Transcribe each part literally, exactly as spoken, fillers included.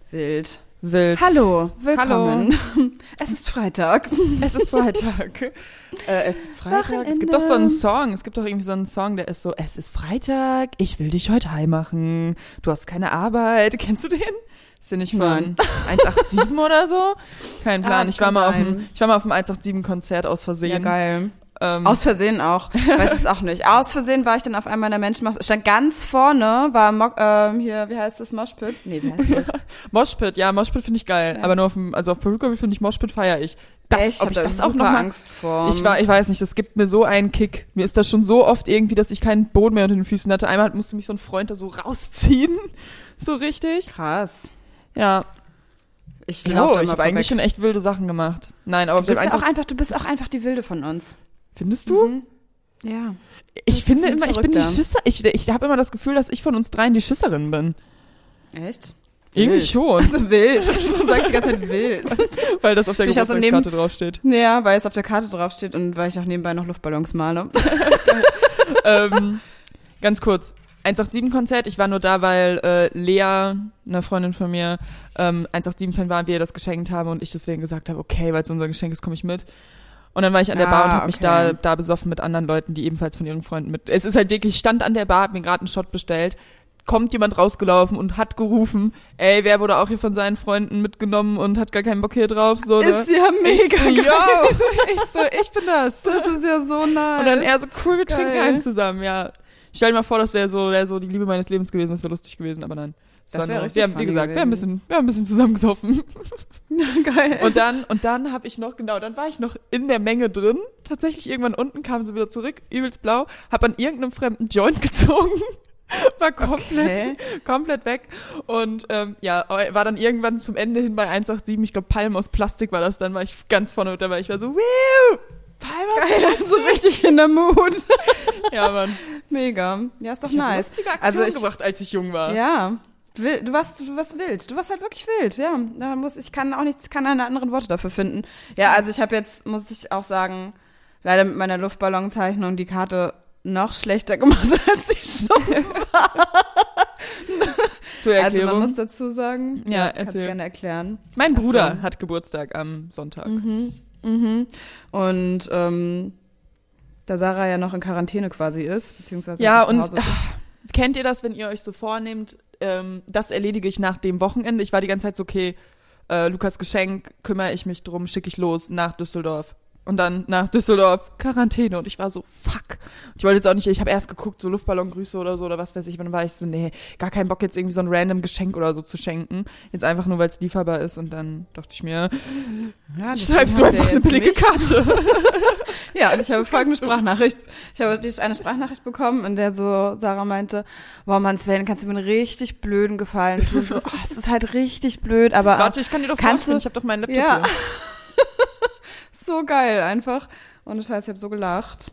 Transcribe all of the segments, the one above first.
Wild. Wild. Hallo, willkommen. Hallo. Es ist Freitag. Es ist Freitag. äh, es ist Freitag. Wochenende. Es gibt doch so einen Song. Es gibt doch irgendwie so einen Song, der ist so, es ist Freitag, ich will dich heute heim machen. Du hast keine Arbeit. Kennst du den? Ist der nicht von Nein. eins acht sieben oder so? Kein Plan. Ah, ich, war mal auf sein. dem, ich war mal auf dem eins acht sieben Konzert aus Versehen. Ja, geil. Ähm, Aus Versehen auch. Weiß es auch nicht. Aus Versehen war ich dann auf einmal in der Menschenmasse. Stand ganz vorne, war Mo- ähm, hier, wie heißt das, Moshpit? Nee, wie heißt das? Moshpit, ja, Moshpit finde ich geil. Ja. Aber nur auf dem, also auf Peruka finde ich Moshpit feiere ich. Das, Echt? ob ich hab da das auch super noch mal, Angst vor. Ich war, ich weiß nicht, das gibt mir so einen Kick. Mir ist das schon so oft irgendwie, dass ich keinen Boden mehr unter den Füßen hatte. Einmal musste mich so ein Freund da so rausziehen. So richtig. Krass. Ja. Ich Oh, glaube, ich habe eigentlich schon echt wilde Sachen gemacht. Nein, aber du bist auf dem ja auch Einsatz- einfach, du bist auch einfach die Wilde von uns. Findest du? Mhm. Ja. Ich Du bist finde ein immer, ich bin die Verrückter. Schisser. Ich, ich habe immer das Gefühl, dass ich von uns dreien die Schisserin bin. Echt? Irgendwie Wild. schon. Also wild. Warum sag ich die ganze Zeit wild? Weil das auf der Bin ich auch so Geburtstagskarte draufsteht. Ja, weil es auf der Karte draufsteht und weil ich auch nebenbei noch Luftballons male. ähm, ganz kurz. eins acht sieben Konzert, ich war nur da, weil äh, Lea, eine Freundin von mir, ähm, eins acht sieben Fan war und wir ihr das geschenkt haben und ich deswegen gesagt habe, okay, weil es unser Geschenk ist, komme ich mit. Und dann war ich an der Ah, Bar und habe mich okay. da, da besoffen mit anderen Leuten, die ebenfalls von ihren Freunden mit. Es ist halt wirklich, ich stand an der Bar, hab mir gerade einen Shot bestellt, kommt jemand rausgelaufen und hat gerufen, ey, wer wurde auch hier von seinen Freunden mitgenommen und hat gar keinen Bock hier drauf, so, ne? Ist ja mega ich so, geil. yo, ich so, ich bin das. Das ist ja so nice. Und dann er so, cool, wir trinken Geil. eins zusammen, ja. Stell dir mal vor, das wäre so, wär so die Liebe meines Lebens gewesen, das wäre lustig gewesen, aber nein. Das war wär nur- richtig wir haben, wie funny gesagt, wir haben ein gewesen. bisschen, wir haben ein bisschen zusammengesoffen. Geil. Und dann, und dann habe ich noch, genau, dann war ich noch in der Menge drin. Tatsächlich irgendwann unten kam sie wieder zurück, übelst blau, hab an irgendeinem fremden Joint gezogen. War komplett, Okay. komplett weg. Und ähm, ja, war dann irgendwann zum Ende hin bei eins acht sieben, ich glaube Palm aus Plastik war das dann, war ich ganz vorne mit dabei. Ich war so, wiu, Palm aus Geil, Plastik. so richtig in der Mood. Ja, Mann. Mega. Ja, ist doch Ich hab nice. lustige Aktion Also ich, gemacht, als ich jung war. ja. Wild. Du warst, du warst wild. Du warst halt wirklich wild, ja. Da muss, ich kann auch nichts, kann keine anderen Worte dafür finden. Ja, also ich habe jetzt, muss ich auch sagen, leider mit meiner Luftballonzeichnung die Karte noch schlechter gemacht, als sie schon war. Zur Also Erklärung. man muss dazu sagen, Ja, kannst erzähl. gerne erklären. Mein Ach so. Bruder hat Geburtstag am Sonntag. Mhm. Mhm. Und ähm, da Sarah ja noch in Quarantäne quasi ist, beziehungsweise Ja, noch zu und Hause ist. kennt ihr das, wenn ihr euch so vornehmt, ähm, das erledige ich nach dem Wochenende? Ich war die ganze Zeit so, okay, äh, Lukas Geschenk, kümmere ich mich drum, schicke ich los nach Düsseldorf. Und dann nach Düsseldorf, Quarantäne. Und ich war so, fuck. Ich wollte jetzt auch nicht, ich habe erst geguckt, so Luftballongrüße oder so oder was weiß ich. Und dann war ich so, nee, gar keinen Bock jetzt irgendwie so ein random Geschenk oder so zu schenken. Jetzt einfach nur, weil es lieferbar ist. Und dann dachte ich mir, Ja, deswegen schreibst du hast ja einfach eine jetzt billige mich. Karte. Ja, und ich habe folgende Sprachnachricht. Ich habe die- eine Sprachnachricht bekommen, in der so Sarah meinte, wow, Mannswellen, kannst du mir einen richtig blöden Gefallen tun? So, oh, es ist halt richtig blöd, aber Warte, ich kann dir doch Kannst vorstellen, du- ich habe doch meinen Laptop Ja. hier. so geil einfach. Und das heißt, ich habe so gelacht.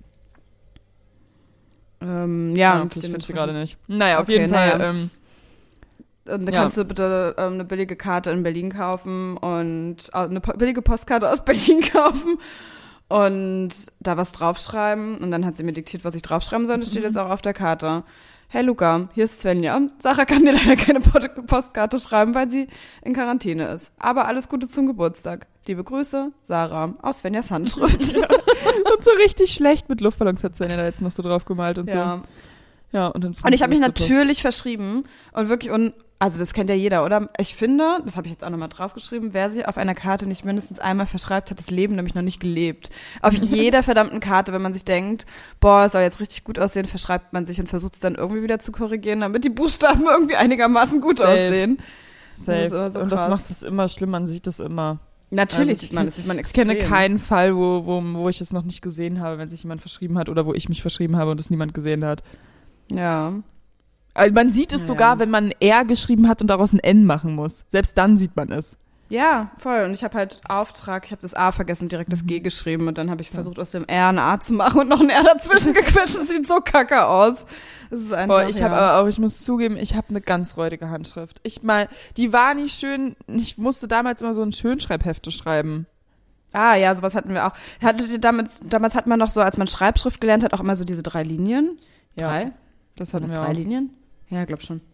Ähm, ja, Ja, und okay, ich den- finde sie gerade nicht. Naja, auf Okay, jeden Fall. naja. Ähm, Und dann Ja. kannst du bitte ähm, eine billige Karte in Berlin kaufen und äh, eine po- billige Postkarte aus Berlin kaufen und da was draufschreiben. Und dann hat sie mir diktiert, was ich draufschreiben soll. Das steht jetzt auch auf der Karte. Hey Luca, hier ist Svenja. Sarah kann dir leider keine Pod- Postkarte schreiben, weil sie in Quarantäne ist. Aber alles Gute zum Geburtstag. Liebe Grüße, Sarah, aus Svenjas Handschrift. und so richtig schlecht mit Luftballons hat Svenja da jetzt noch so drauf gemalt und Ja. so. Ja, und dann Und ich habe mich fand das so natürlich verschrieben und wirklich, und also das kennt ja jeder, oder? Ich finde, das habe ich jetzt auch nochmal draufgeschrieben, wer sich auf einer Karte nicht mindestens einmal verschreibt, hat das Leben nämlich noch nicht gelebt. Auf jeder verdammten Karte, wenn man sich denkt, boah, es soll jetzt richtig gut aussehen, verschreibt man sich und versucht es dann irgendwie wieder zu korrigieren, damit die Buchstaben irgendwie einigermaßen gut Safe. aussehen. Safe. Das ist immer so und das krass. macht es immer schlimm, man sieht es immer. Natürlich Also ich sieht man, das sieht man Ich extrem. kenne keinen Fall, wo, wo, wo ich es noch nicht gesehen habe, wenn sich jemand verschrieben hat oder wo ich mich verschrieben habe und es niemand gesehen hat. Ja. Also man sieht es Ja. sogar, wenn man ein R geschrieben hat und daraus ein N machen muss. Selbst dann sieht man es. Ja, voll. Und ich habe halt Auftrag, ich habe das A vergessen, direkt das Mhm. G geschrieben und dann habe ich versucht, aus dem R ein A zu machen und noch ein R dazwischen gequetscht. Das sieht so kacke aus. Das ist einfach, Boah, ich ja. habe aber auch, ich muss zugeben, ich habe eine ganz räudige Handschrift. Ich mal, die war nicht schön, ich musste damals immer so ein Schönschreibhefte schreiben. Ah, ja, sowas hatten wir auch. Hattet ihr damals, damals hat man noch so, als man Schreibschrift gelernt hat, auch immer so diese drei Linien? Ja, Drei? das Waren hatten das wir drei auch. Linien? Ja, glaub schon.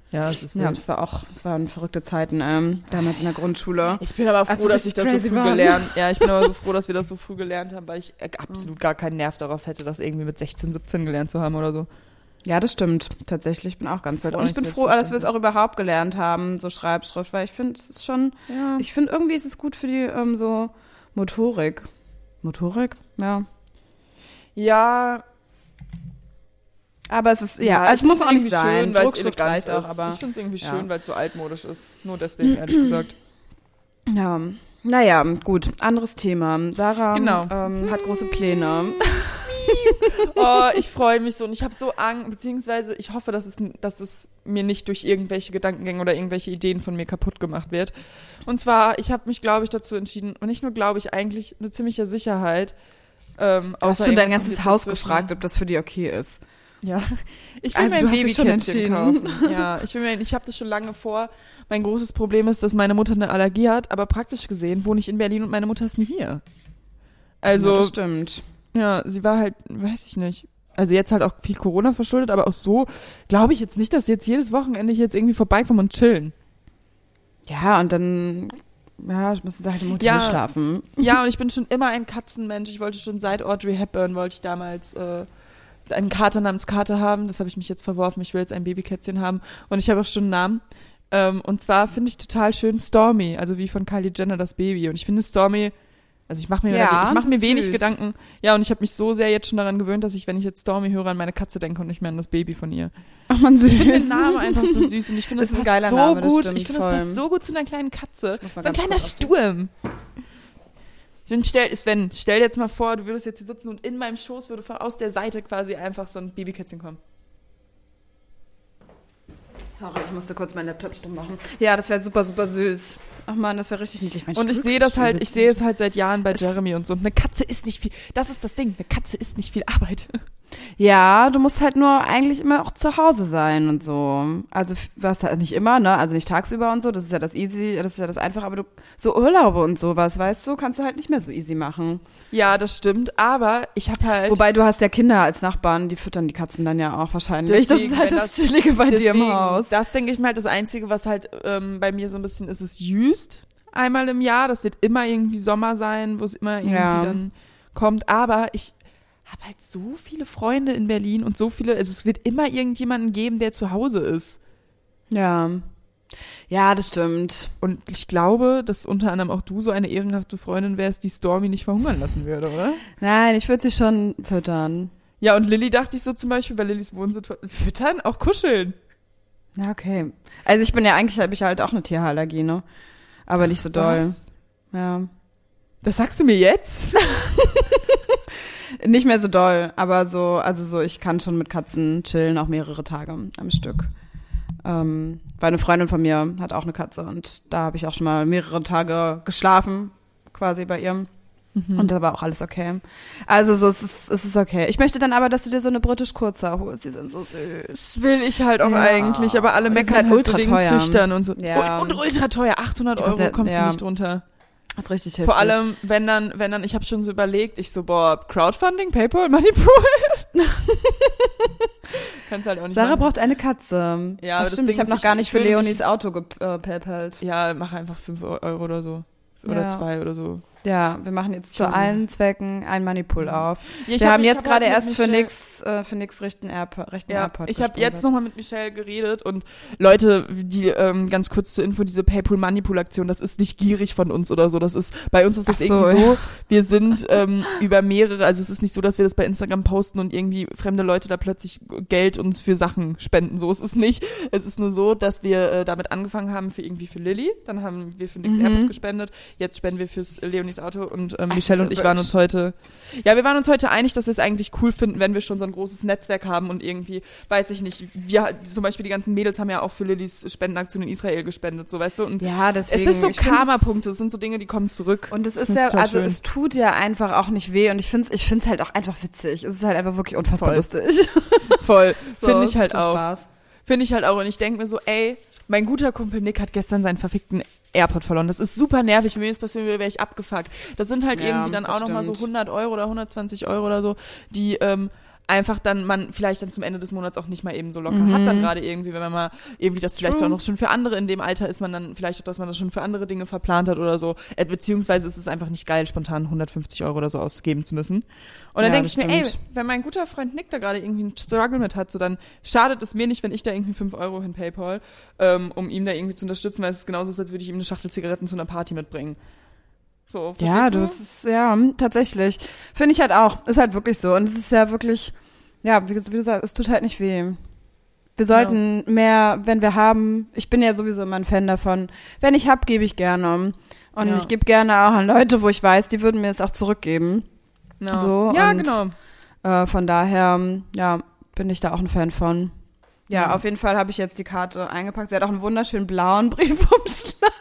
Ja, es ist Ja, wild. das war auch, das waren verrückte Zeiten, ähm, damals in der Grundschule. Ich bin aber froh, Also dass ich richtig das so crazy früh waren. gelernt Ja, ich bin aber so froh, dass wir das so früh gelernt haben, weil ich äh, absolut gar keinen Nerv darauf hätte, das irgendwie mit sechzehn, siebzehn gelernt zu haben oder so. Ja, das stimmt. Tatsächlich, ich bin auch ganz Das ist froh. auch Und ich nicht bin froh, dass wir es selbstverständlich. auch überhaupt gelernt haben, so Schreibschrift, weil ich finde, es ist schon, Ja. ich finde irgendwie ist es gut für die ähm, so Motorik. Motorik? Ja. Ja, Aber es ist, ja, also es muss auch nicht sein. Schön, weil es Druckschrift elegant reicht auch, ist. aber Ich finde es irgendwie ja. schön, weil es so altmodisch ist. Nur deswegen, ehrlich gesagt. ja. Naja, gut, anderes Thema. Sarah Genau. ähm, hat große Pläne. Oh, ich freue mich so und ich habe so Angst, beziehungsweise ich hoffe, dass es, dass es mir nicht durch irgendwelche Gedankengänge oder irgendwelche Ideen von mir kaputt gemacht wird. Und zwar, ich habe mich, glaube ich, dazu entschieden, und nicht nur glaube ich, eigentlich eine ziemliche Sicherheit. Ähm, Du hast außer schon dein irgendwas ganzes kommt Haus jetzt dazwischen. gefragt, ob das für die okay ist. Ja, ich will Also, mir du ein hast dich schon Babykätzchen entschieden. kaufen. Ja, ich will mir, ich habe das schon lange vor. Mein großes Problem ist, dass meine Mutter eine Allergie hat, aber praktisch gesehen wohne ich in Berlin und meine Mutter ist nie hier. Ja, Also, das stimmt. ja, sie war halt, weiß ich nicht. Also jetzt halt auch viel Corona verschuldet, aber auch so glaube ich jetzt nicht, dass sie jetzt jedes Wochenende hier jetzt irgendwie vorbeikommen und chillen. Ja, und dann, ja, ich musste halt im Hotel Ja. schlafen. Ja, und ich bin schon immer ein Katzenmensch. Ich wollte schon seit Audrey Hepburn, wollte ich damals äh, einen Kater namens Kater haben. Das habe ich mich jetzt verworfen. Ich will jetzt ein Babykätzchen haben. Und ich habe auch schon einen Namen. Ähm, und zwar finde ich total schön Stormy, also wie von Kylie Jenner das Baby. Und ich finde Stormy, also ich mache mir, Ja, ich mach das mir ist wenig süß. Gedanken. Ja, und ich habe mich so sehr jetzt schon daran gewöhnt, dass ich, wenn ich jetzt Stormy höre, an meine Katze denke und nicht mehr an das Baby von ihr. Ach man, süß. Ich finde den Namen einfach so süß und ich finde, Das das ist ein passt geiler so Name, das gut. stimmt Ich finde, das voll. passt so gut zu einer kleinen Katze. Ich muss mal So ein ganz kleiner kurz auf die- Sturm. Und stell, Sven, stell dir jetzt mal vor, du würdest jetzt hier sitzen und in meinem Schoß würde von aus der Seite quasi einfach so ein Babykätzchen kommen. Sorry, ich musste kurz meinen Laptop stumm machen. Ja, das wäre super, super süß. Ach man, das wäre richtig niedlich. Mein Und ich Stuhl sehe das quietscht halt, übelst. ich sehe es halt seit Jahren bei Es- Jeremy und so. Und eine Katze ist nicht viel, das ist das Ding, eine Katze ist nicht viel Arbeit. Ja, du musst halt nur eigentlich immer auch zu Hause sein und so. Also f- was halt nicht immer, ne? Also nicht tagsüber und so. Das ist ja das easy, das ist ja das Einfache. Aber du so Urlaube und sowas, weißt du, kannst du halt nicht mehr so easy machen. Ja, das stimmt, aber ich habe halt... Wobei du hast ja Kinder als Nachbarn, die füttern die Katzen dann ja auch wahrscheinlich. das Deswegen, ist halt wenn das das- Chillige bei dir im Deswegen, Haus. Das denke ich mal, das Einzige, was halt ähm, bei mir so ein bisschen ist, ist Jüst einmal im Jahr. Das wird immer irgendwie Sommer sein, wo es immer irgendwie Ja. dann kommt. Aber ich habe halt so viele Freunde in Berlin und so viele, also es wird immer irgendjemanden geben, der zu Hause ist. Ja. Ja, das stimmt. Und ich glaube, dass unter anderem auch du so eine ehrenhafte Freundin wärst, die Stormy nicht verhungern lassen würde, oder? Nein, ich würde sie schon füttern. Ja, und Lilly dachte ich so zum Beispiel bei Lillys Wohnsituation, füttern, auch kuscheln. Ja, okay. Also ich bin ja eigentlich, habe ich halt auch eine Tierallergie, ne? Aber nicht so doll. Was? Ja. Das sagst du mir jetzt? Nicht mehr so doll, aber so, also so, ich kann schon mit Katzen chillen, auch mehrere Tage am Stück. Ähm, weil eine Freundin von mir hat auch eine Katze und da habe ich auch schon mal mehrere Tage geschlafen, quasi bei ihr. Mhm. Und da war auch alles okay. Also so, es ist, es ist okay. Ich möchte dann aber, dass du dir so eine britisch Kurzhaar holst, die sind so süß. Das will ich halt auch Ja. eigentlich, aber alle Die sind meckern halt halt ultra so wegen teuer. Züchtern und so. Ja. Und, und ultra teuer, achthundert Die kosten Euro ja- kommst ja. du nicht drunter. Das ist richtig heftig. Vor allem, wenn dann, wenn dann, ich habe schon so überlegt, ich so, boah, Crowdfunding, PayPal, Moneypool. Kannst halt auch nicht Sarah machen. braucht eine Katze. Ja, Ach, aber das stimmt, Ding ich habe ist, noch ich- gar ich nicht für will Leonis nicht- Auto gepaypalt. Ja, mach einfach fünf Euro oder so. Oder Ja. zwei oder so. Ja, wir machen jetzt zu Schon. allen Zwecken ein Moneypool auf. Ja, ich Wir hab- haben ich jetzt hab gerade heute mit erst für Michelle- nix, äh, für nix rechten Airport, rechten Ja, Airport ich habe gesponsert. jetzt nochmal mit Michelle geredet und Leute, die ähm, ganz kurz zur Info, diese PayPal-Manipulation, das ist nicht gierig von uns oder so, das ist, bei uns ist das Ach so, irgendwie ja. so, wir sind ähm, über mehrere, also es ist nicht so, dass wir das bei Instagram posten und irgendwie fremde Leute da plötzlich Geld uns für Sachen spenden, so ist es nicht. Es ist nur so, dass wir äh, damit angefangen haben für irgendwie für Lilly, dann haben wir für Nix Mhm. Airport gespendet, jetzt spenden wir fürs Leonis Auto und ähm, Ach, Michelle das und ist ich waren aber- uns heute, ja, wir waren uns heute einig, dass wir es eigentlich cool finden, wenn wir schon so ein großes Netzwerk haben und irgendwie, weiß ich nicht, wir zum Beispiel die ganzen Mädels haben ja auch für Lillys Spendenaktion in Israel gespendet, so weißt du, und Ja, deswegen. es ist so ich find's- Karma-Punkte, es sind so Dinge, die kommen zurück. Und es ist Das ist ja, total also schön. es tut ja einfach auch nicht weh und ich find's, ich find's halt auch einfach witzig. Es ist halt einfach wirklich unfassbar Voll. lustig. Voll, So, finde ich halt macht auch. Spaß. Finde ich halt auch. Und ich denke mir so, ey, mein guter Kumpel Nick hat gestern seinen verfickten AirPod verloren. Das ist super nervig. Wenn mir jetzt passieren würde, wäre ich abgefuckt. Das sind halt Ja, irgendwie dann das auch nochmal so stimmt. hundert Euro oder hundertzwanzig Euro oder so, die ähm, einfach dann man vielleicht dann zum Ende des Monats auch nicht mal eben so locker Mhm. hat, dann gerade irgendwie, wenn man mal irgendwie das vielleicht True. auch noch schon für andere in dem Alter ist man dann vielleicht, dass man das schon für andere Dinge verplant hat oder so, äh, beziehungsweise ist es einfach nicht geil, spontan hundertfünfzig Euro oder so ausgeben zu müssen. Und dann Ja, denke ich das mir, ey, stimmt. wenn mein guter Freund Nick da gerade irgendwie einen Struggle mit hat, so dann schadet es mir nicht, wenn ich da irgendwie fünf Euro hin PayPal, ähm, um ihm da irgendwie zu unterstützen, weil es genauso ist, als würde ich ihm eine Schachtel Zigaretten zu einer Party mitbringen. So, Ja, verstehst du, es ist, ja, tatsächlich. Finde ich halt auch. Ist halt wirklich so. Und es ist ja wirklich, ja, wie, wie du sagst, es tut halt nicht weh. Wir sollten mehr, wenn wir haben, ich bin ja sowieso immer ein Fan davon, wenn ich hab, gebe ich gerne. Und Ja. ich gebe gerne auch an Leute, wo ich weiß, die würden mir es auch zurückgeben. Ja, So, ja und- genau. Äh, von daher, ja, bin ich da auch ein Fan von. Ja, Ja. auf jeden Fall habe ich jetzt die Karte eingepackt. Sie hat auch einen wunderschönen blauen Briefumschlag.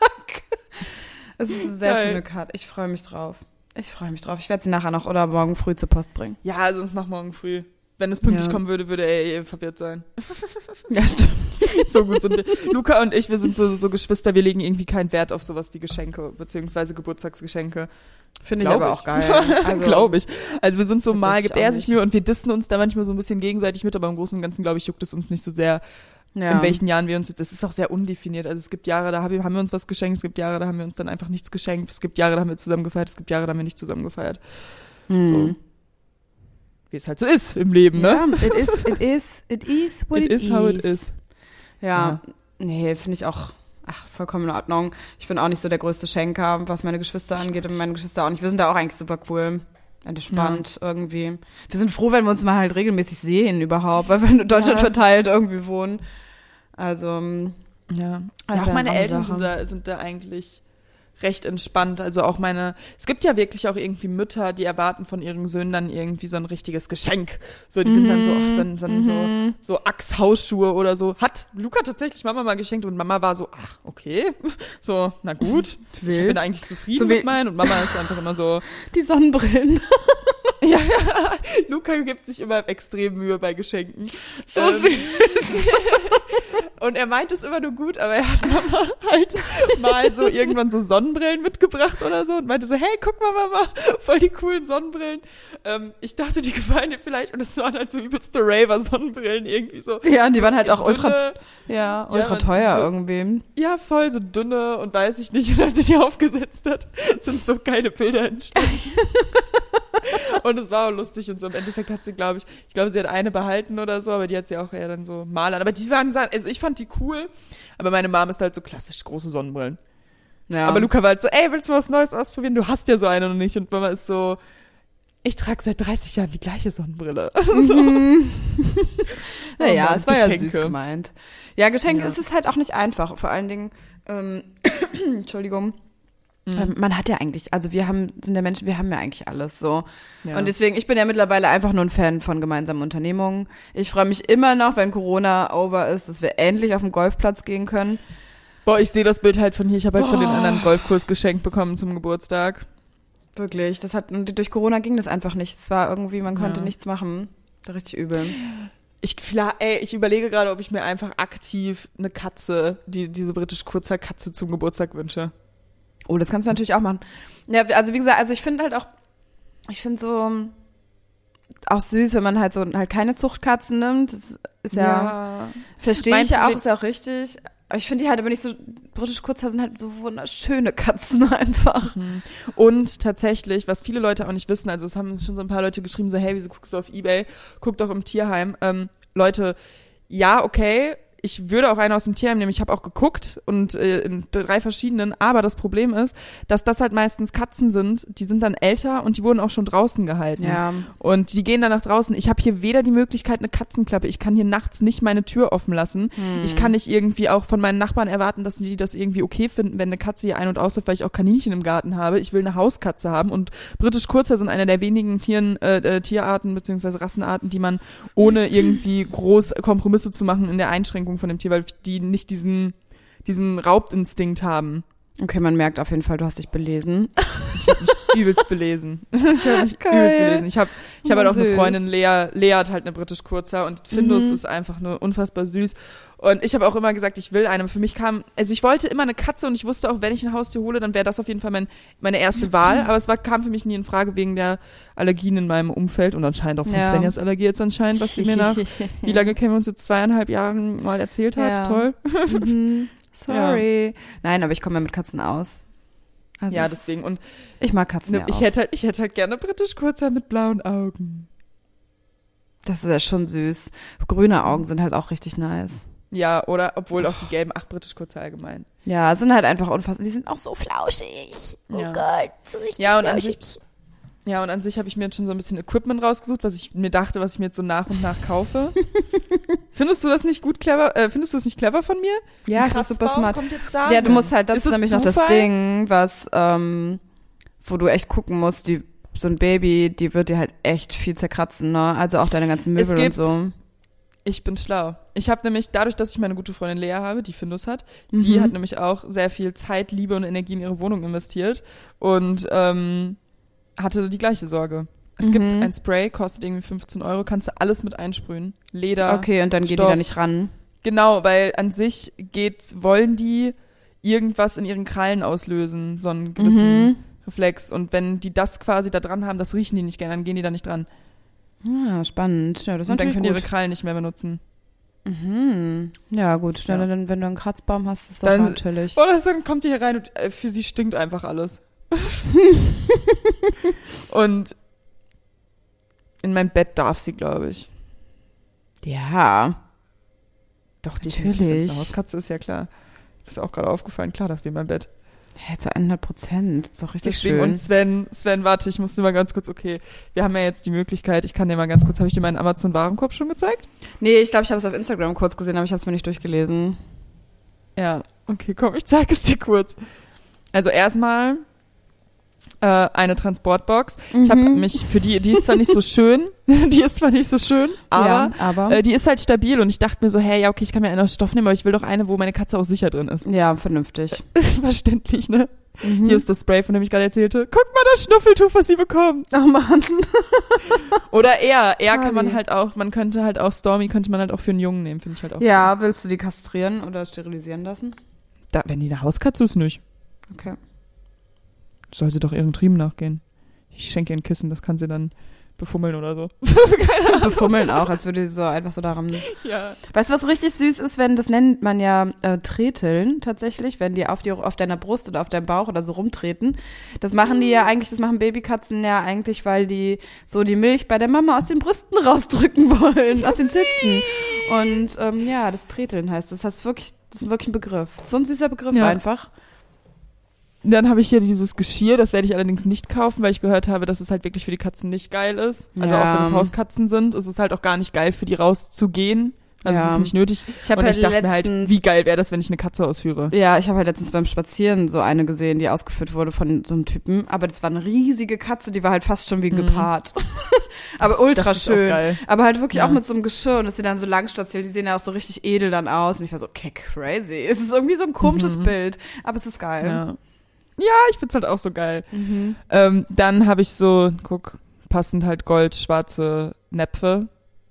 Es ist eine sehr Geil. schöne Karte. Ich freue mich drauf. Ich freue mich drauf. Ich werde sie nachher noch oder morgen früh zur Post bringen. Ja, sonst mach morgen früh. Wenn es pünktlich Ja. kommen würde, würde er eh verwirrt sein. Ja, stimmt. So gut sind wir. Luca und ich, wir sind so, so Geschwister, wir legen irgendwie keinen Wert auf sowas wie Geschenke, beziehungsweise Geburtstagsgeschenke. Finde ich Glaub aber ich. auch geil. Also, Glaube ich. Also wir sind so, mal Tatsächlich gibt er auch sich nicht. Mühe und wir dissen uns da manchmal so ein bisschen gegenseitig mit, aber im Großen und Ganzen, glaube ich, juckt es uns nicht so sehr, Ja. in welchen Jahren wir uns jetzt, das ist auch sehr undefiniert. Also es gibt Jahre, da haben wir haben wir uns was geschenkt, es gibt Jahre, da haben wir uns dann einfach nichts geschenkt, es gibt Jahre, da haben wir zusammen gefeiert, es gibt Jahre, da haben wir nicht zusammen gefeiert. Hm. So. Wie es halt so ist im Leben, ne? Ja, it is, it is, it is what it, It is how it is. Ja, Ja. nee, finde ich auch, ach, vollkommen in Ordnung. Ich bin auch nicht so der größte Schenker, was meine Geschwister angeht und meine Geschwister auch nicht. Wir sind da auch eigentlich super cool. Entspannt irgendwie. Wir sind froh, wenn wir uns mal halt regelmäßig sehen überhaupt, weil wir in Deutschland Ja. verteilt irgendwie wohnen. Also, Ja, Das ja ist auch ja meine eine Eltern Sache. sind da, sind da eigentlich recht entspannt. Also auch meine, es gibt ja wirklich auch irgendwie Mütter, die erwarten von ihren Söhnen dann irgendwie so ein richtiges Geschenk. So, die sind dann so, ach, so, so, Mhm. so, so Axe-Hausschuhe oder so. Hat Luca tatsächlich Mama mal geschenkt und Mama war so, ach, okay. So, na gut. Ich Wild. bin eigentlich zufrieden So wie- mit meinen und Mama ist einfach immer so, die Sonnenbrillen. ja, ja, Luca gibt sich immer extrem Mühe bei Geschenken. So Ähm, süß. Und er meint es immer nur gut, aber er hat Mama halt mal so irgendwann so Sonnenbrillen mitgebracht oder so und meinte so, hey, guck mal, Mama, voll die coolen Sonnenbrillen. Ähm, ich dachte, die gefallen dir vielleicht und es waren halt so übelste Raver-Sonnenbrillen irgendwie so. Ja, und die waren halt auch Dünne, ultra, ja, ultra man- teuer so- irgendwie. Ja, voll, so dünne und weiß ich nicht. Und als sie die aufgesetzt hat, sind so geile Bilder entstanden. Und es war auch lustig und so. Im Endeffekt hat sie, glaube ich, ich glaube, sie hat eine behalten oder so, aber die hat sie auch eher dann so malern. Aber die waren, also ich fand die cool, aber meine Mom ist halt so klassisch große Sonnenbrillen. Ja. Aber Luca war halt so, ey, willst du was Neues ausprobieren? Du hast ja so eine noch nicht. Und Mama ist so, ich trage seit dreißig Jahren die gleiche Sonnenbrille. so. Naja, Oh Mann, es war ja Geschenke. süß gemeint. Ja, Geschenke Ja. ist es halt auch nicht einfach. Vor allen Dingen, ähm, Entschuldigung, Mhm. ähm, man hat ja eigentlich, also wir haben, sind ja Menschen, wir haben ja eigentlich alles so. Ja. Und deswegen, ich bin ja mittlerweile einfach nur ein Fan von gemeinsamen Unternehmungen. Ich freue mich immer noch, wenn Corona over ist, dass wir endlich auf den Golfplatz gehen können. Boah, ich sehe das Bild halt von hier. Ich habe halt von den Boah. anderen Golfkurs geschenkt bekommen zum Geburtstag. Wirklich, das hat, und durch Corona ging das einfach nicht. Es war irgendwie, man konnte Ja. nichts machen. Das war richtig übel. Ich, klar, ey, ich überlege gerade, ob ich mir einfach aktiv eine Katze, die, diese britisch kurzer Katze zum Geburtstag wünsche. Oh, das kannst du natürlich auch machen. Ja, also wie gesagt, also ich finde halt auch, ich finde so auch süß, wenn man halt so halt keine Zuchtkatzen nimmt. Das ist ja, verstehe Mein ich ja auch, Problem- ist ja auch richtig. Aber ich finde die halt aber nicht so, britische Kurzhaar sind halt so wunderschöne Katzen einfach. Und tatsächlich, was viele Leute auch nicht wissen, also es haben schon so ein paar Leute geschrieben, so, hey, wieso guckst du auf eBay? Guck doch im Tierheim. Ähm, Leute, ja, okay, ich würde auch eine aus dem Tierheim nehmen. Ich habe auch geguckt und äh, in drei verschiedenen. Aber das Problem ist, dass das halt meistens Katzen sind. Die sind dann älter und die wurden auch schon draußen gehalten. Ja. Und die gehen dann nach draußen. Ich habe hier weder die Möglichkeit, eine Katzenklappe. Ich kann hier nachts nicht meine Tür offen lassen. Hm. Ich kann nicht irgendwie auch von meinen Nachbarn erwarten, dass die das irgendwie okay finden, wenn eine Katze hier ein- und ausläuft, weil ich auch Kaninchen im Garten habe. Ich will eine Hauskatze haben. Und britisch Kurzhaar sind einer der wenigen Tieren, äh, äh, Tierarten bzw. Rassenarten, die man ohne irgendwie groß Kompromisse zu machen in der Einschränkung von dem Tier, weil die nicht diesen, diesen Raubinstinkt haben. Okay, man merkt auf jeden Fall, du hast dich belesen. Ich habe mich übelst belesen. Ich habe mich Geil. übelst belesen. Ich habe ich hab halt auch Süß. eine Freundin, Lea, Lea hat halt eine britisch Kurzer und Findus Mhm. ist einfach nur unfassbar süß. Und ich habe auch immer gesagt, ich will eine. Für mich kam, also ich wollte immer eine Katze und ich wusste auch, wenn ich ein Haustier hole, dann wäre das auf jeden Fall mein, meine erste Wahl. Aber es war, kam für mich nie in Frage wegen der Allergien in meinem Umfeld und anscheinend auch von Ja. Svenjas Allergie jetzt anscheinend, was sie mir nach, wie lange kennen wir uns jetzt, zweieinhalb Jahren mal erzählt hat. Ja. Toll. Mhm. Sorry. Nein, aber ich komme ja mit Katzen aus. Also Ja, es- deswegen. Und Ich mag Katzen ne, ja ich auch. hätte halt, ich hätte halt gerne britisch Kurzer mit blauen Augen. Das ist ja schon süß. Grüne Augen sind halt auch richtig nice. Ja, oder obwohl auch die gelben, ach, britisch Kurzer allgemein. Ja, sind halt einfach unfassbar. Die sind auch so flauschig. Oh Ja. Gott, so richtig Ja, und an flauschig. sich, ja, und an sich habe ich mir jetzt schon so ein bisschen Equipment rausgesucht, was ich mir dachte, was ich mir jetzt so nach und nach kaufe. Findest du das nicht gut clever, äh, findest du das nicht clever von mir? Ja, Ein es ist super Kratzbaum smart. kommt jetzt da. Ja, du musst halt, das Ist ist, es nämlich noch das Zufall? Ding, was, ähm, wo du echt gucken musst, die, so ein Baby, die wird dir halt echt viel zerkratzen, ne? Also auch deine ganzen Es Möbel und gibt- so. Ich bin schlau. Ich habe nämlich, dadurch, dass ich meine gute Freundin Lea habe, die Findus hat, die Mhm. hat nämlich auch sehr viel Zeit, Liebe und Energie in ihre Wohnung investiert und ähm, hatte die gleiche Sorge. Es Mhm. gibt ein Spray, kostet irgendwie fünfzehn Euro, kannst du alles mit einsprühen. Leder. Okay, und dann geht die Stoff. da nicht ran. Genau, weil an sich geht's, wollen die irgendwas in ihren Krallen auslösen, so einen gewissen Mhm. Reflex. Und wenn die das quasi da dran haben, das riechen die nicht gerne, dann gehen die da nicht dran. Ah, spannend. Ja, das ist Und dann natürlich können die ihre gut. Krallen nicht mehr benutzen. Mhm. Ja, gut. Ja. Ja. Dann, wenn du einen Kratzbaum hast, ist doch Dann- natürlich. Boah, das, dann kommt die hier rein und äh, für sie stinkt einfach alles. Und in mein Bett darf sie, glaube ich. Ja. Doch, Natürlich. definitiv. Eine Hauskatze ist ja klar. Das ist auch gerade aufgefallen. Klar darf sie in mein Bett. Ja, zu hundert Prozent. Ist doch richtig Deswegen, schön. und Sven, Sven, warte, ich muss dir mal ganz kurz, okay, wir haben ja jetzt die Möglichkeit, ich kann dir mal ganz kurz, habe ich dir meinen Amazon-Warenkorb schon gezeigt? Nee, ich glaube, ich habe es auf Instagram kurz gesehen, aber ich habe es mir nicht durchgelesen. Ja, okay, komm, ich zeige es dir kurz. Also erstmal äh, eine Transportbox. Ich habe Mhm. mich für die, die ist zwar nicht so schön, die ist zwar nicht so schön, aber, ja, aber äh, die ist halt stabil und ich dachte mir so, hey, ja, okay, ich kann mir einen aus Stoff nehmen, aber ich will doch eine, wo meine Katze auch sicher drin ist. ja, vernünftig. Verständlich, ne? Mhm. Hier ist das Spray, von dem ich gerade erzählte. Guck mal, das Schnuffeltuch, was sie bekommt. Oh Mann. Oder er. Er kann man Harvey. halt auch, man könnte halt auch, Stormy könnte man halt auch für einen Jungen nehmen, finde ich halt auch. Ja, willst du die kastrieren oder sterilisieren lassen? Da, wenn die eine Hauskatze ist, nicht. Okay. Soll sie doch ihren Trieben nachgehen. Ich schenke ihr ein Kissen, das kann sie dann befummeln oder so. Befummeln auch, als würde sie so einfach so daran. Ja. Weißt du, was richtig süß ist, wenn, das nennt man ja äh, Treteln tatsächlich, wenn die auf, die auf deiner Brust oder auf deinem Bauch oder so rumtreten. Das machen die ja eigentlich, das machen Babykatzen ja eigentlich, weil die so die Milch bei der Mama aus den Brüsten rausdrücken wollen, aus den Zitzen. Und ähm, ja, das Treteln heißt das. Das heißt wirklich, das ist wirklich ein Begriff. So ein süßer Begriff Ja. einfach. Dann habe ich hier dieses Geschirr, das werde ich allerdings nicht kaufen, weil ich gehört habe, dass es halt wirklich für die Katzen nicht geil ist. Also Ja. auch wenn es Hauskatzen sind, ist es halt auch gar nicht geil für die rauszugehen. Also Ja. es ist nicht nötig. Ich habe Und halt ich dachte mir halt, letztens wie geil wäre das, wenn ich eine Katze ausführe. Ja, ich habe halt letztens beim Spazieren so eine gesehen, die ausgeführt wurde von so einem Typen. Aber das war eine riesige Katze, die war halt fast schon wie ein Mhm. Gepard. Aber Das- ultra das ist auch schön. geil. Aber halt wirklich Ja. auch mit so einem Geschirr und dass sie dann so lang stationiert, die sehen ja auch so richtig edel dann aus. Und ich war so, okay, crazy. Es ist irgendwie so ein komisches Mhm. Bild, aber es ist geil. Ja, ja ich find's halt auch so geil. Mhm. Ähm, dann habe ich so, guck, passend halt gold, schwarze Näpfe.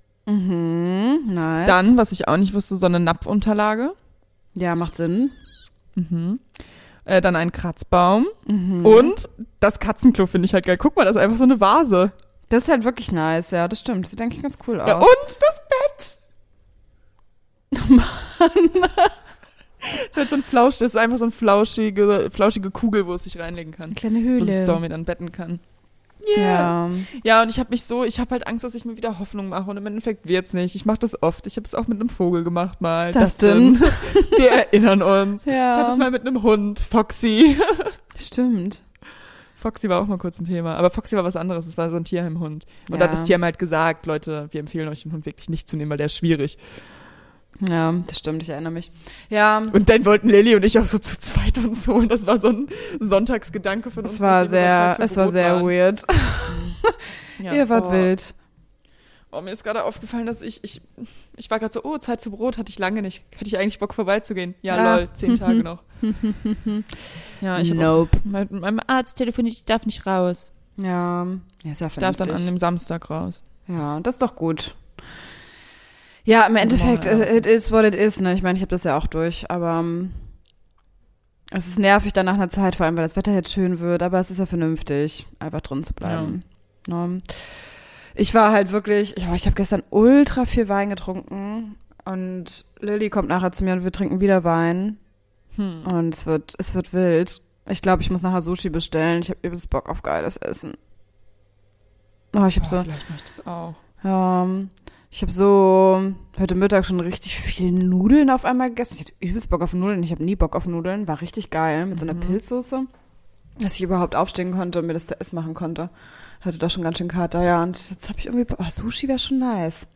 Mhm, nice. Dann, was ich auch nicht wusste, so eine Napfunterlage. Ja, macht Sinn. Mhm. Äh, dann ein Kratzbaum. Mhm. Und das Katzenklo finde ich halt geil. Guck mal, das ist einfach so eine Vase. Das ist halt wirklich nice, ja, das stimmt. Das sieht eigentlich ganz cool aus. Ja, und das Bett. Oh Mann. Das ist halt so ein Flausch, das ist einfach so eine flauschige, flauschige Kugel, wo es sich reinlegen kann. Eine kleine Wo sich Höhle. Stormy dann betten kann. Ja. Ja, und ich habe mich so, ich habe halt Angst, dass ich mir wieder Hoffnung mache und im Endeffekt wird's nicht. Ich mache das oft. Ich habe es auch mit einem Vogel gemacht mal. Dustin. Wir erinnern uns. Ja. Ich hatte es mal mit einem Hund, Foxy. Stimmt. Foxy war auch mal kurz ein Thema. Aber Foxy war was anderes. Es war so ein Tierheimhund. Und Ja. da hat das Tierheim halt gesagt, Leute, wir empfehlen euch den Hund wirklich nicht zu nehmen, weil der ist schwierig. Ja, das stimmt, ich erinnere mich. Ja, Und dann wollten Lilly und ich auch so zu zweit uns holen. Das war so ein Sonntagsgedanke von uns. es war nachdem wir bei sehr, Zeit für es war Brot sehr waren. weird. Ja. Ihr wart Oh. wild. Oh, mir ist gerade aufgefallen, dass ich, ich, ich war gerade so, oh, Zeit für Brot hatte ich lange nicht. Hätte ich eigentlich Bock vorbeizugehen? Ja, Ah. lol, zehn Tage noch. Ja, ich habe Nope. mit meinem Arzt telefoniert, ich darf nicht raus. Ja, ja, ist ja Ich darf dann an vernünftig. dem Samstag raus. Ja, das ist doch gut. Ja, im Also Endeffekt, morgen, ja. it is what it is, ne? Ich meine, ich habe das ja auch durch, aber ähm, es ist nervig dann nach einer Zeit, vor allem, weil das Wetter jetzt schön wird, aber es ist ja vernünftig, einfach drin zu bleiben. Ne? Ich war halt wirklich, ich, ich habe gestern ultra viel Wein getrunken und Lilly kommt nachher zu mir und wir trinken wieder Wein Hm. und es wird, es wird wild. Ich glaube, ich muss nachher Sushi bestellen. Ich habe übelst Bock auf geiles Essen. Oh, ich habe Oh, so, vielleicht mache ich das auch. ja, ich habe so heute Mittag schon richtig viel Nudeln auf einmal gegessen. Ich hatte übelst Bock auf Nudeln. Ich habe nie Bock auf Nudeln. War richtig geil mit so einer Mhm. Pilzsoße, dass ich überhaupt aufstehen konnte und mir das zu essen machen konnte. Hatte da schon ganz schön Kater, ja. Und jetzt habe ich irgendwie, oh, Sushi wäre schon nice.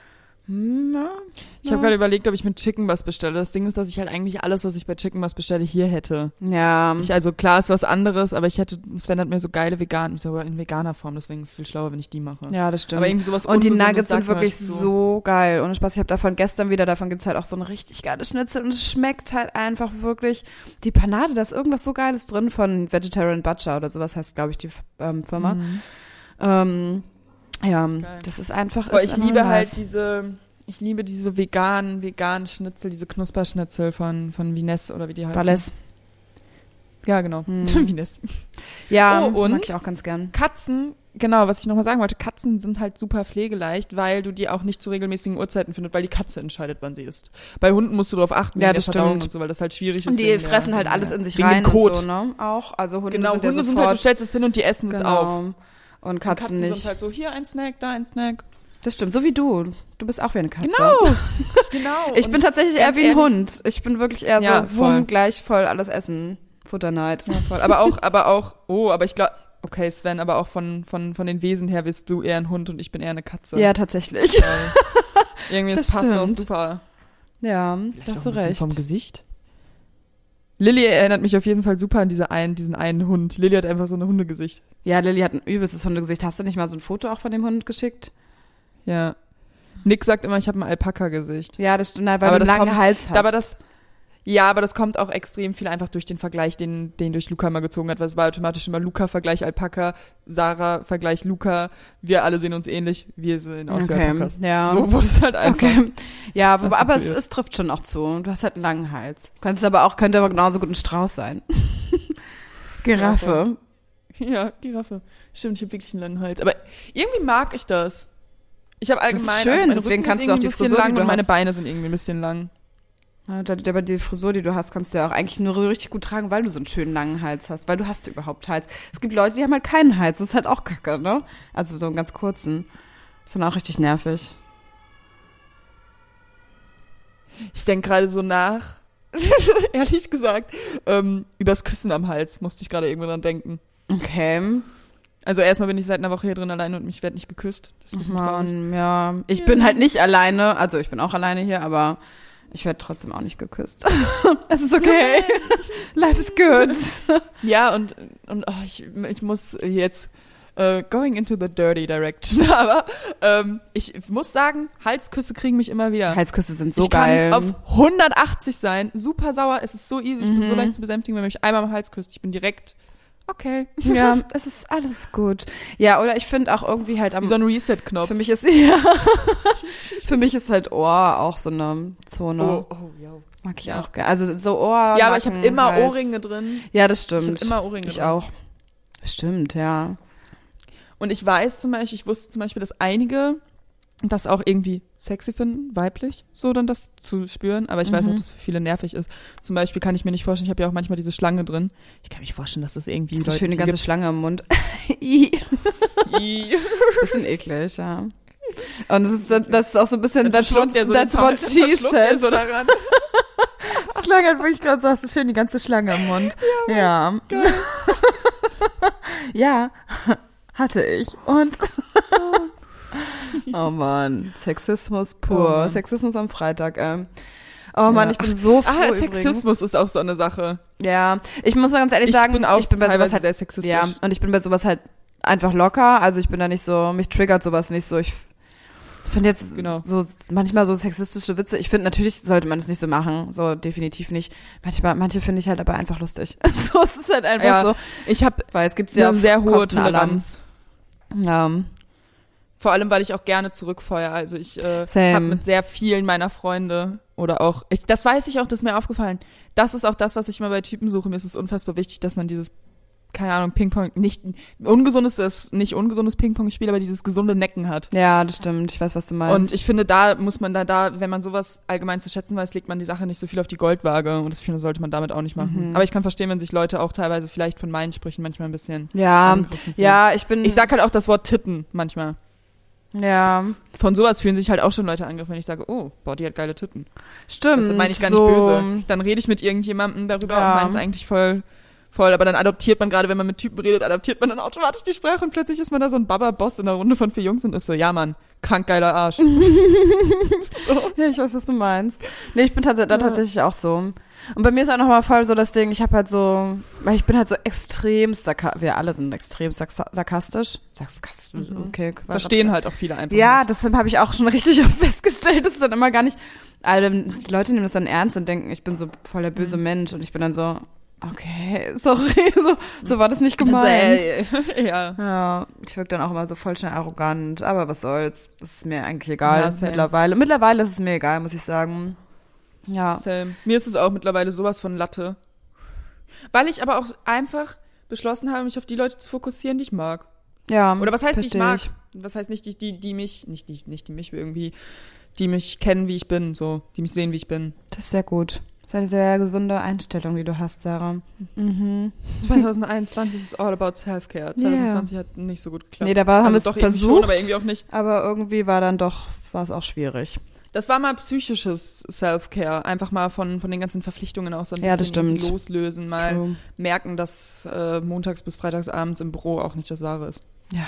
Hm, ja, Ich habe gerade überlegt, ob ich mit Chicken was bestelle. Das Ding ist, dass ich halt eigentlich alles, was ich bei Chicken was bestelle, hier hätte. ja, Ich, also klar ist was anderes, aber ich hätte, Sven hat mir so geile vegan, sogar in veganer Form, deswegen ist es viel schlauer, wenn ich die mache. ja, das stimmt. Aber irgendwie sowas Und die Ungesundes Nuggets sagt sind man wirklich halt so geil. Ohne Spaß, ich habe davon gestern wieder, davon gibt's halt auch so eine richtig geile Schnitzel und es schmeckt halt einfach wirklich, die Panade, da ist irgendwas so Geiles drin von Vegetarian Butcher oder sowas heißt, glaube ich, die ähm, Firma. Mhm. Ähm, ja, Geil. das ist einfach, Aber ist ich einfach liebe nice. halt diese, ich liebe diese veganen, veganen Schnitzel, diese Knusperschnitzel von, von Vines oder wie die heißen. Balles. Ja, genau. Hm. Vines. Ja, Oh, und? mag ich auch ganz gern. Katzen, genau, was ich nochmal sagen wollte, Katzen sind halt super pflegeleicht, weil du die auch nicht zu regelmäßigen Uhrzeiten findest, weil die Katze entscheidet, wann sie isst. Bei Hunden musst du darauf achten, Ja, wegen das der Verdauung stimmt. und so, weil das halt schwierig ist. Und die wegen der- fressen halt wegen alles der- in sich wegen rein dem Kot. und so, ne? Auch, also Hunde Genau, sind ja Hunde sind sofort, halt, du stellst es hin und die essen es auf. genau. Und Und Katzen, Katzen nicht. sind halt so, hier ein Snack, da ein Snack. Das stimmt, so wie du. Du bist auch wie eine Katze. Genau, genau. Ich Und bin tatsächlich eher ganz wie ein ehrlich- Hund. Ich bin wirklich eher Ja, so, voll. wumm, gleich voll alles essen. Futterneid. Ja, voll. Aber auch, aber auch, oh, aber ich glaube, okay, Sven, aber auch von, von, von den Wesen her bist du eher ein Hund und ich bin eher eine Katze. Ja, tatsächlich. Weil irgendwie, es Das passt auch stimmt. super. Ja, Vielleicht da auch hast du ein bisschen recht. vom Gesicht. Lilly erinnert mich auf jeden Fall super an diese einen, diesen einen Hund. Lilly hat einfach so ein Hundegesicht. Ja, Lilly hat ein übelstes Hundegesicht. Hast du nicht mal so ein Foto auch von dem Hund geschickt? Ja. Nick sagt immer, ich habe ein Alpaka-Gesicht. Ja, das stimmt, nein, weil Aber du einen das langen kommt- Hals hast. Aber das, ja, aber das kommt auch extrem viel einfach durch den Vergleich, den, den durch Luca mal gezogen hat, weil es war automatisch immer Luca-Vergleich Alpaka, Sarah-Vergleich Luca. Wir alle sehen uns ähnlich, wir sehen aus wie Okay, Alpakas. ja. So wurde es halt einfach. Okay. Ja, wobei, aber es, assoziiert. es trifft schon auch zu. Du hast halt einen langen Hals. Könntest aber auch, könnte aber genauso gut ein Strauß sein. Giraffe. Ja, Giraffe. Stimmt, ich habe wirklich einen langen Hals. Aber irgendwie mag ich das. Ich habe ist allgemein. schön, mein deswegen Rücken kannst ist du auch irgendwie die ein bisschen Frisur, die lang du und meine hast- Beine sind irgendwie ein bisschen lang. Ja, da- aber die Frisur, die du hast, kannst du ja auch eigentlich nur so richtig gut tragen, weil du so einen schönen langen Hals hast. Weil du hast überhaupt Hals. Es gibt Leute, die haben halt keinen Hals. Das ist halt auch kacke, ne? Also so einen ganz kurzen. Das ist dann auch richtig nervig. Ich denke gerade so nach, ehrlich gesagt, ähm, übers Küssen am Hals musste ich gerade irgendwann dran denken. Okay. Also erstmal bin ich seit einer Woche hier drin alleine und ich werde nicht geküsst. Das ist ein bisschen traurig. Mann, ja. Ich Ja. bin halt nicht alleine. Also ich bin auch alleine hier, aber ich werde trotzdem auch nicht geküsst. Es ist okay. Life is good. Ja, und, und oh, ich, ich muss jetzt äh, going into the dirty direction, aber ähm, ich muss sagen, Halsküsse kriegen mich immer wieder. Halsküsse sind so ich geil. kann auf hundertachtzig sein, super sauer, es ist so easy, ich bin so Mhm. leicht zu besänftigen, wenn man mich einmal am Hals küsst. Ich bin direkt, okay, Ja, es ist alles gut. Ja, oder ich finde auch irgendwie halt am wie so ein Reset-Knopf. Für mich ist ja, für mich ist halt Ohr auch so eine Zone. oh, oh, ja. Mag ich Ja. auch gerne. Also so Ohr. Ja, aber ich habe Nacken, immer Hals. Ohrringe drin. Ja, das Ich habe stimmt. immer Ohrringe Ich drin. auch. Stimmt, ja. Und ich weiß zum Beispiel, ich wusste zum Beispiel, dass einige das auch irgendwie sexy finden, weiblich, so dann das zu spüren. Aber ich weiß Mhm. auch, dass es für viele nervig ist. Zum Beispiel kann ich mir nicht vorstellen, ich habe ja auch manchmal diese Schlange drin. Ich kann mich vorstellen, dass das irgendwie Das ist eine Leuten schöne ganze gibt. Schlange im Mund. I. I. Bisschen eklig, ja. Und es ist, das ist auch so ein bisschen, Dann that's what, verschluckt der so that's den what Zahn, she dann verschluckt der said. so daran. Das klang halt wirklich gerade so, hast du schön die ganze Schlange im Mund. Ja. Geil. Ja, hatte ich. Und oh Mann, Sexismus pur. Oh Mann. Sexismus am Freitag, ey. Oh Mann, Ja. ich bin so froh Ah, übrigens. Sexismus ist auch so eine Sache. Ja, ich muss mal ganz ehrlich Ich sagen, bin auch ich bin bei sowas teilweise halt sehr sexistisch. Ja, und ich bin bei sowas halt einfach locker. Also ich bin da nicht so, mich triggert sowas nicht so. Ich, Ich finde jetzt Genau. so manchmal so sexistische Witze, ich finde, natürlich sollte man es nicht so machen, so definitiv nicht. Manchmal, manche finde ich halt aber einfach lustig. So, es ist halt einfach Ja, so. Ich habe Weil es gibt ja eine sehr hohe Kosten aller. Toleranz. Ja. Vor allem, weil ich auch gerne zurückfeuere. Also ich äh, Same. habe mit sehr vielen meiner Freunde oder auch, ich, das weiß ich auch, das ist mir aufgefallen. Das ist auch das, was ich mal bei Typen suche. Mir ist es unfassbar wichtig, dass man dieses, keine Ahnung, Ping-Pong, nicht ungesundes, das nicht ungesundes Ping-Pong-Spiel, aber dieses gesunde Necken hat. Ja, das stimmt. Ich weiß, was du meinst. Und ich finde, da muss man da, da, wenn man sowas allgemein zu schätzen weiß, legt man die Sache nicht so viel auf die Goldwaage. Und das finde, sollte man damit auch nicht machen. Mhm. Aber ich kann verstehen, wenn sich Leute auch teilweise vielleicht von meinen Sprüchen manchmal ein bisschen ja, angegriffen fühlen. ja, ich bin. Ich sag halt auch das Wort Titten manchmal. Ja, Von sowas fühlen sich halt auch schon Leute angegriffen, wenn ich sage, oh, boah, die hat geile Titten. stimmt. Das meine ich gar so, nicht böse. Dann rede ich mit irgendjemandem darüber Ja. und meine es eigentlich voll, voll. Aber dann adoptiert man, gerade wenn man mit Typen redet, adoptiert man dann automatisch die Sprache und plötzlich ist man da so ein Baba-Boss in einer Runde von vier Jungs und ist so, ja Mann, krank geiler Arsch. So. Ja, ich weiß, was du meinst. Nee, ich bin tats- da tatsächlich auch so. Und bei mir ist auch nochmal voll so das Ding, ich habe halt so, weil ich bin halt so extrem sarkastisch, wir alle sind extrem sarka- sarkastisch. Sarkastisch, okay. Verstehen halt auch viele einfach Ja, nicht. deshalb habe ich auch schon richtig oft festgestellt, das ist dann immer gar nicht, also die Leute nehmen das dann ernst und denken, ich bin so voll der böse Mensch und ich bin dann so, okay, sorry, so, so war das nicht gemeint. Also, äh, ja. Ja, ich wirke dann auch immer so voll schnell arrogant, aber was soll's, das ist mir eigentlich egal Ja, same. mittlerweile. Mittlerweile ist es mir egal, muss ich sagen. Ja. Same. Mir ist es auch mittlerweile sowas von Latte. Weil ich aber auch einfach beschlossen habe, mich auf die Leute zu fokussieren, die ich mag. Ja. Oder was heißt, die ich versteh mag? Was heißt nicht die, die, die mich, nicht, nicht, nicht die mich irgendwie, die mich kennen, wie ich bin, so, die mich sehen, wie ich bin. Das ist sehr gut. Das ist eine sehr gesunde Einstellung, die du hast, Sarah. Mhm. zwanzig einundzwanzig ist all about self-care. zwanzig zwanzig hat nicht so gut geklappt. Nee, da war, haben wir also es doch irgendwie versucht, schon, aber irgendwie auch nicht. aber irgendwie war dann doch, war es auch schwierig. Das war mal psychisches Self-Care. Einfach mal von, von den ganzen Verpflichtungen auch so ein Ja, das bisschen irgendwie stimmt. loslösen. Mal True. merken, dass äh, montags bis freitags abends im Büro auch nicht das Wahre ist. Ja.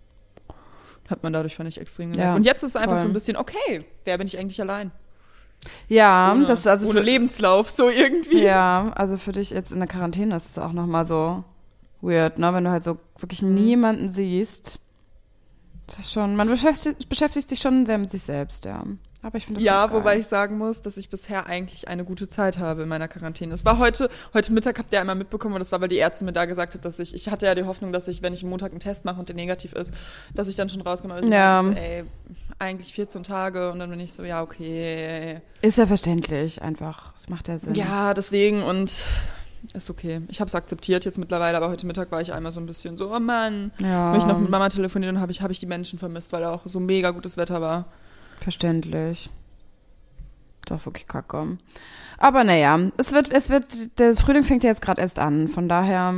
Hat man dadurch, fand ich, extrem gemerkt. Ja, Und jetzt ist es einfach voll. so ein bisschen, okay, wer bin ich eigentlich allein? Ja, Ohne, das ist also ohne für, Lebenslauf, so irgendwie. ja, also für dich jetzt in der Quarantäne ist es auch nochmal so weird, ne, wenn du halt so wirklich Mhm. niemanden siehst. Das ist schon, man beschäftigt, beschäftigt sich schon sehr mit sich selbst, ja. Aber ich finde das Ja, ganz geil. wobei ich sagen muss, dass ich bisher eigentlich eine gute Zeit habe in meiner Quarantäne. Es war heute, heute Mittag habt ihr einmal mitbekommen, und das war, weil die Ärztin mir da gesagt hat, dass ich, ich hatte ja die Hoffnung, dass ich, wenn ich am Montag einen Test mache und der negativ ist, dass ich dann schon rauskomme. Also Ja. ich so, ey, eigentlich vierzehn Tage und dann bin ich so, ja, okay. Ist ja verständlich, einfach. Das macht ja Sinn. Ja, deswegen und ist okay. Ich habe es akzeptiert jetzt mittlerweile, aber heute Mittag war ich einmal so ein bisschen so, oh Mann. Ja, Wenn ich noch mit Mama telefoniert, dann habe ich, hab ich die Menschen vermisst, weil da auch so mega gutes Wetter war. verständlich. Ist auch wirklich kacke. Aber naja, es wird, es wird, der Frühling fängt ja jetzt gerade erst an. Von daher,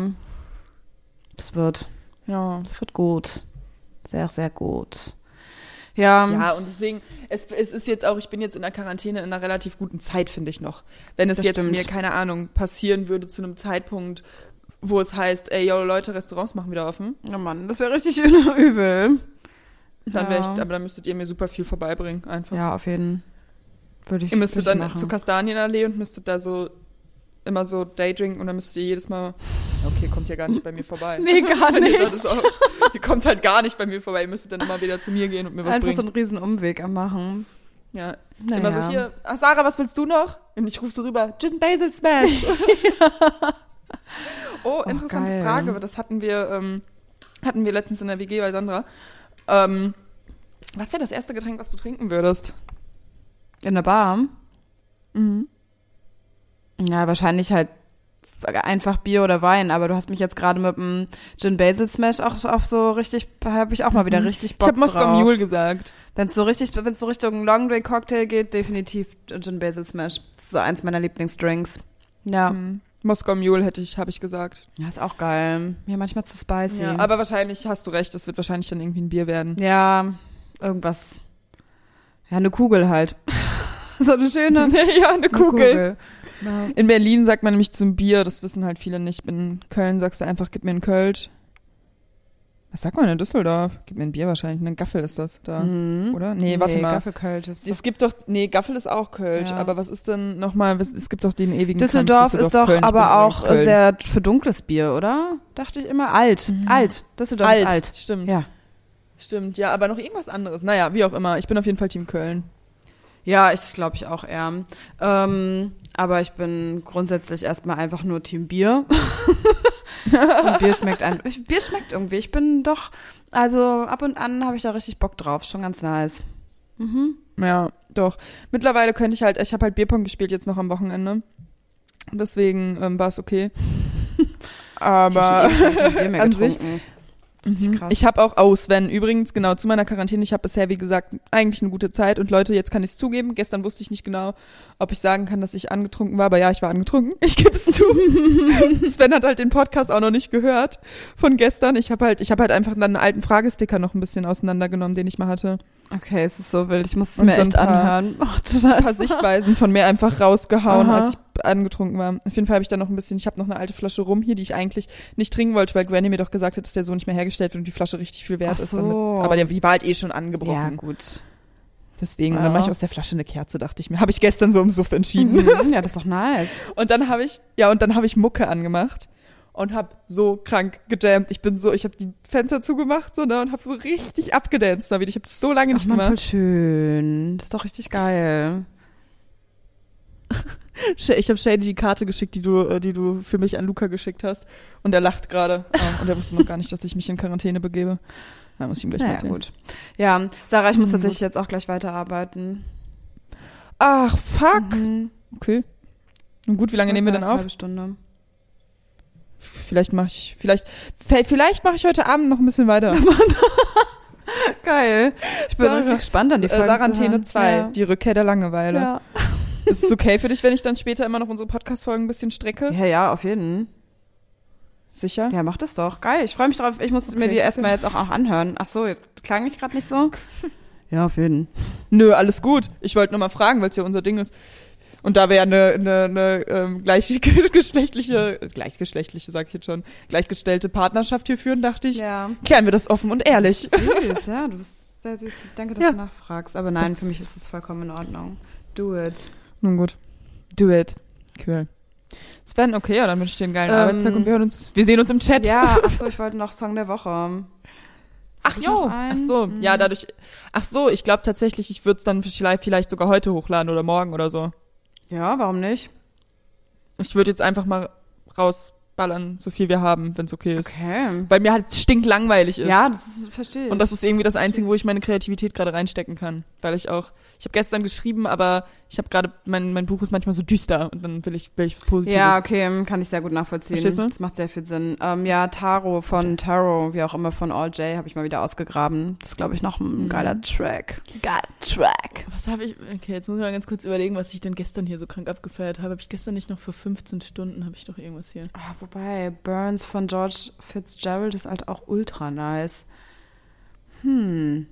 es wird, Ja. es wird gut. Sehr, sehr gut. Ja, Ja, und deswegen, es, es ist jetzt auch, ich bin jetzt in der Quarantäne in einer relativ guten Zeit, finde ich noch. Wenn es Das jetzt stimmt. mir, keine Ahnung, passieren würde zu einem Zeitpunkt, wo es heißt, ey, yo, Leute, Restaurants machen wieder offen, oh Mann, das wäre richtig übel. dann wäre Ja. ich, aber dann müsstet ihr mir super viel vorbeibringen, einfach. Ja, auf jeden Fall. Würde ich Ihr müsstet würde ich dann machen. zur Kastanienallee und müsstet da so immer so Daydrinken und dann müsstet ihr jedes Mal, okay, kommt ja gar nicht bei mir vorbei. Nee, gar Wenn ihr nicht. das auch, ihr kommt halt gar nicht bei mir vorbei, ihr müsstet dann immer wieder zu mir gehen und mir was Einfach bringen. so einen riesen Umweg am machen. Ja, Naja. immer so hier, ach Sarah, was willst du noch? Und ich rufe so rüber, Gin Basil Smash. Oh, interessante geil. Frage, das hatten wir, ähm, hatten wir letztens in der W G bei Sandra. Ähm, was wäre das erste Getränk, was du trinken würdest? In der Bar? Mhm. Ja, wahrscheinlich halt einfach Bier oder Wein, aber du hast mich jetzt gerade mit dem Gin Basil Smash auch auf so richtig, habe ich auch mal wieder richtig Ich Bock habe Moskau drauf. Mule gesagt. Wenn es so richtig, wenn es so Richtung Long Drink Cocktail geht, definitiv Gin Basil Smash. Das ist so eins meiner Lieblingsdrinks. Ja. Mhm. Moskau Mule hätte ich, habe ich gesagt. Ja, ist auch geil. Mir manchmal zu spicy. Ja, aber wahrscheinlich hast du recht, das wird wahrscheinlich dann irgendwie ein Bier werden. Ja, irgendwas. Ja, eine Kugel halt. So eine schöne ja, eine eine Kugel. Ja. In Berlin sagt man nämlich zum Bier, das wissen halt viele nicht. In Köln sagst du einfach, gib mir einen Kölsch. Was sagt man in Düsseldorf? Gib mir ein Bier wahrscheinlich. Ein Gaffel ist das da, Mhm. oder? Nee, warte mal. Gaffelkölsch ist Es gibt doch, nee, Gaffel ist auch Kölsch, Ja. aber was ist denn nochmal, es gibt doch den ewigen Düsseldorf Kampf, ist doch Köln. Ich bin aber übrigens auch Köln. sehr für dunkles Bier, oder? Dachte ich immer. Alt. Alt. Düsseldorf alt. ist alt. Stimmt. Ja. Stimmt, ja, aber noch irgendwas anderes. Naja, wie auch immer. Ich bin auf jeden Fall Team Köln. Ja, ich glaube ich auch eher. Ähm, aber ich bin grundsätzlich erstmal einfach nur Team Bier. Und Bier schmeckt ein, Bier schmeckt irgendwie. Ich bin doch, also ab und an habe ich da richtig Bock drauf. Schon ganz nice. Mhm. Ja, doch. Mittlerweile könnte ich halt, ich habe halt Bierpong gespielt jetzt noch am Wochenende. Deswegen ähm, war es okay. Aber ich hab schon ewig kein Bier mehr an getrunken. sich. Mhm. Ich habe auch, oh Sven, übrigens, genau, zu meiner Quarantäne, ich habe bisher, wie gesagt, eigentlich eine gute Zeit. Und Leute, jetzt kann ich es zugeben, gestern wusste ich nicht genau, ob ich sagen kann, dass ich angetrunken war, aber ja, ich war angetrunken. Ich gebe es zu. Sven hat halt den Podcast auch noch nicht gehört von gestern. Ich habe halt, ich habe halt einfach dann einen alten Fragesticker noch ein bisschen auseinandergenommen, den ich mal hatte. Okay, es ist so wild. Ich muss es Und mir so ein echt paar- anhören. Ach, Ein paar Sichtweisen von mir einfach rausgehauen, Aha. als ich angetrunken war. Auf jeden Fall habe ich dann noch ein bisschen, ich habe noch eine alte Flasche Rum hier, die ich eigentlich nicht trinken wollte, weil Granny mir doch gesagt hat, dass der so nicht mehr hergestellt wird und die Flasche richtig viel wert Ach ist. so. Damit. Aber der, die war halt eh schon angebrochen. Ja, gut. Deswegen, Ja. dann mache ich aus der Flasche eine Kerze, dachte ich mir. Habe ich gestern so im Suff entschieden. Mhm, ja, das ist doch nice. Und dann habe ich, ja, und dann habe ich Mucke angemacht und habe so krank gejammt. Ich bin so, ich habe die Fenster zugemacht so, ne, und habe so richtig abgedanced mal wieder. Ich habe das so lange Ach nicht man, voll gemacht. schön. Das ist doch richtig geil. Ich habe Shady die Karte geschickt, die du, äh, die du für mich an Luca geschickt hast. Und er lacht gerade. Oh, und er wusste noch gar nicht, dass ich mich in Quarantäne begebe. Da muss ich ihm gleich mal Naja, erzählen. gut. Ja, Sarah, ich muss Mhm, tatsächlich jetzt auch gleich weiterarbeiten. Ach, fuck. Mhm. Okay. Und gut, wie lange nehmen wir denn Eine auf? halbe Stunde. Vielleicht mache ich, vielleicht, vielleicht mache ich heute Abend noch ein bisschen weiter. Geil. Ich bin Sarah- richtig gespannt an die Äh, Folgen zu Quarantäne hören. zwei, Ja. die Rückkehr der Langeweile. Ja. Ist es okay für dich, wenn ich dann später immer noch unsere Podcast-Folgen ein bisschen strecke? ja, ja, auf jeden. Sicher? Ja, mach das doch. Geil. Ich freue mich drauf. Ich muss Okay, mir die das erstmal ja- jetzt auch, auch anhören. Ach so, klang ich gerade nicht so? Ja, auf jeden. Nö, alles gut. Ich wollte nur mal fragen, weil es ja unser Ding ist. Und da wir ja eine, eine, eine ähm, gleichgeschlechtliche, gleichgeschlechtliche, sag ich jetzt schon, gleichgestellte Partnerschaft hier führen, dachte ich, Ja. klären wir das offen und ehrlich. Das ist süß, ja. Du bist sehr süß. Danke, dass Ja. du nachfragst. Aber nein, für mich ist es vollkommen in Ordnung. Do it. Nun gut. Do it. Cool. Sven, okay, ja, dann wünsche ich dir einen geilen Ähm, Arbeitstag und wir hören uns, wir sehen uns im Chat. Ja, ach so, ich wollte noch Song der Woche. Ach ich jo, noch einen? ach so, Mhm. ja, dadurch, ach so, ich glaube tatsächlich, ich würde es dann vielleicht, vielleicht sogar heute hochladen oder morgen oder so. Ja, warum nicht? Ich würde jetzt einfach mal rausballern, so viel wir haben, wenn es okay ist. Okay. Weil mir halt stinklangweilig ist. Ja, das ist, verstehe ich. Und das ist irgendwie das Einzige, wo ich meine Kreativität gerade reinstecken kann. Weil ich auch, ich habe gestern geschrieben, aber ich habe gerade, mein, mein Buch ist manchmal so düster und dann will ich, will ich Positives. Ja, okay, kann ich sehr gut nachvollziehen. Verstehst du? Das macht sehr viel Sinn. Ähm, ja, Taro von Taro, wie auch immer von All J, habe ich mal wieder ausgegraben. Das ist, glaube ich, noch ein Mhm. geiler Track. Geiler Track. Was habe ich, okay, jetzt muss ich mal ganz kurz überlegen, was ich denn gestern hier so krank abgefeiert habe. Habe ich gestern nicht noch für fünfzehn Stunden, habe ich doch irgendwas hier. Ah, wobei, Burns von George Fitzgerald ist halt auch ultra nice. Hm.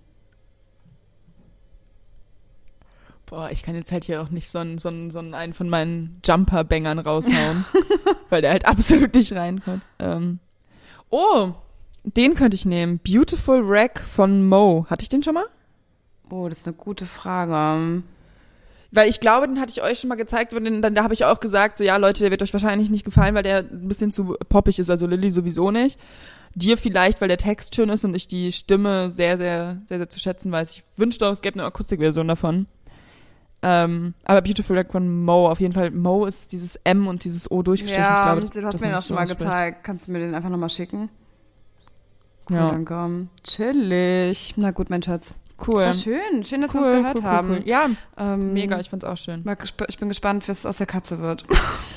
Boah, ich kann jetzt halt hier auch nicht so einen, so einen, so einen, einen von meinen Jumper-Bangern raushauen, weil der halt absolut nicht reinkommt. Ähm. Oh, den könnte ich nehmen. Beautiful Wreck von Mo. Hatte ich den schon mal? Oh, das ist eine gute Frage. Weil ich glaube, den hatte ich euch schon mal gezeigt und den, dann, da habe ich auch gesagt, so ja Leute, der wird euch wahrscheinlich nicht gefallen, weil der ein bisschen zu poppig ist, also Lilly sowieso nicht. Dir vielleicht, weil der Text schön ist und ich die Stimme sehr, sehr, sehr, sehr zu schätzen weiß. Ich wünschte auch, es gäbe eine Akustikversion davon. Ähm, aber Beautiful Wreck von Mo, auf jeden Fall. Mo ist dieses M und dieses O durchgestrichen. Ja, ich glaube, das, du hast dass mir man den auch das schon so mal ausspricht. gezeigt. Kannst du mir den einfach nochmal schicken? Cool, Ja. danke. Chillig. Na gut, mein Schatz. Cool. Das war schön. Schön, dass cool, wir uns gehört cool, cool, haben. Cool. Ja, Ähm, mega, ich fand's auch schön. mal gesp- Ich bin gespannt, was aus der Katze wird.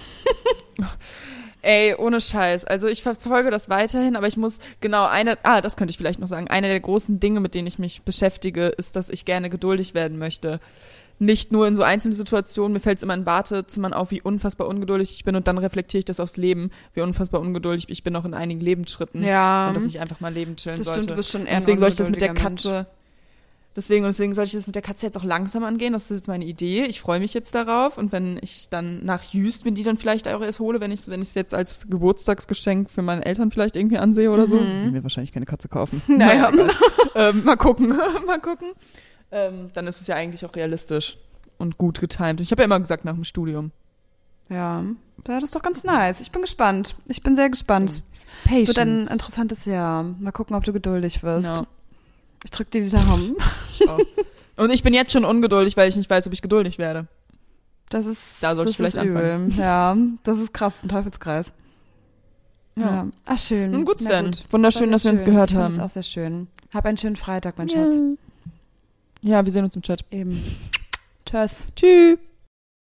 Ey, ohne Scheiß. Also ich verfolge das weiterhin, aber ich muss genau eine, ah, das könnte ich vielleicht noch sagen. Eine der großen Dinge, mit denen ich mich beschäftige, ist, dass ich gerne geduldig werden möchte. Nicht nur in so einzelnen Situationen, mir fällt es immer in Wartezimmern auf, wie unfassbar ungeduldig ich bin und dann reflektiere ich das aufs Leben, wie unfassbar ungeduldig ich bin auch in einigen Lebensschritten. Ja. Und dass ich einfach mal Leben chillen Das sollte. stimmt, du bist schon eher Und deswegen ein soll ich das mit der ungeduldiger Katze, deswegen und deswegen soll ich das mit der Katze jetzt auch langsam angehen. Das ist jetzt meine Idee. Ich freue mich jetzt darauf und wenn ich dann nach Jüst, wenn die dann vielleicht auch erst hole, wenn ich wenn ich es jetzt als Geburtstagsgeschenk für meine Eltern vielleicht irgendwie ansehe oder so, Mhm. die mir wahrscheinlich keine Katze kaufen. Naja. egal. ähm, mal gucken, mal gucken. Ähm, dann ist es ja eigentlich auch realistisch und gut getimt. Ich habe ja immer gesagt nach dem Studium. Ja. Ja, das ist doch ganz nice. Ich bin gespannt. Ich bin sehr gespannt. Patience. Wird ein interessantes Jahr. Mal gucken, ob du geduldig wirst. Ja. Ich drück dir die Daumen. Ich auch. Und ich bin jetzt schon ungeduldig, weil ich nicht weiß, ob ich geduldig werde. Das ist, da soll ich das vielleicht ist übel. anfangen. Ja, das ist krass, ein Teufelskreis. Ja. ja. Ach, schön. Nun gut, Sven. Gut. Wunderschön, das dass wir uns schön. gehört ich haben. Das ist auch sehr schön. Hab einen schönen Freitag, mein Ja. Schatz. Ja, wir sehen uns im Chat. Eben. Tschüss. Tschüss.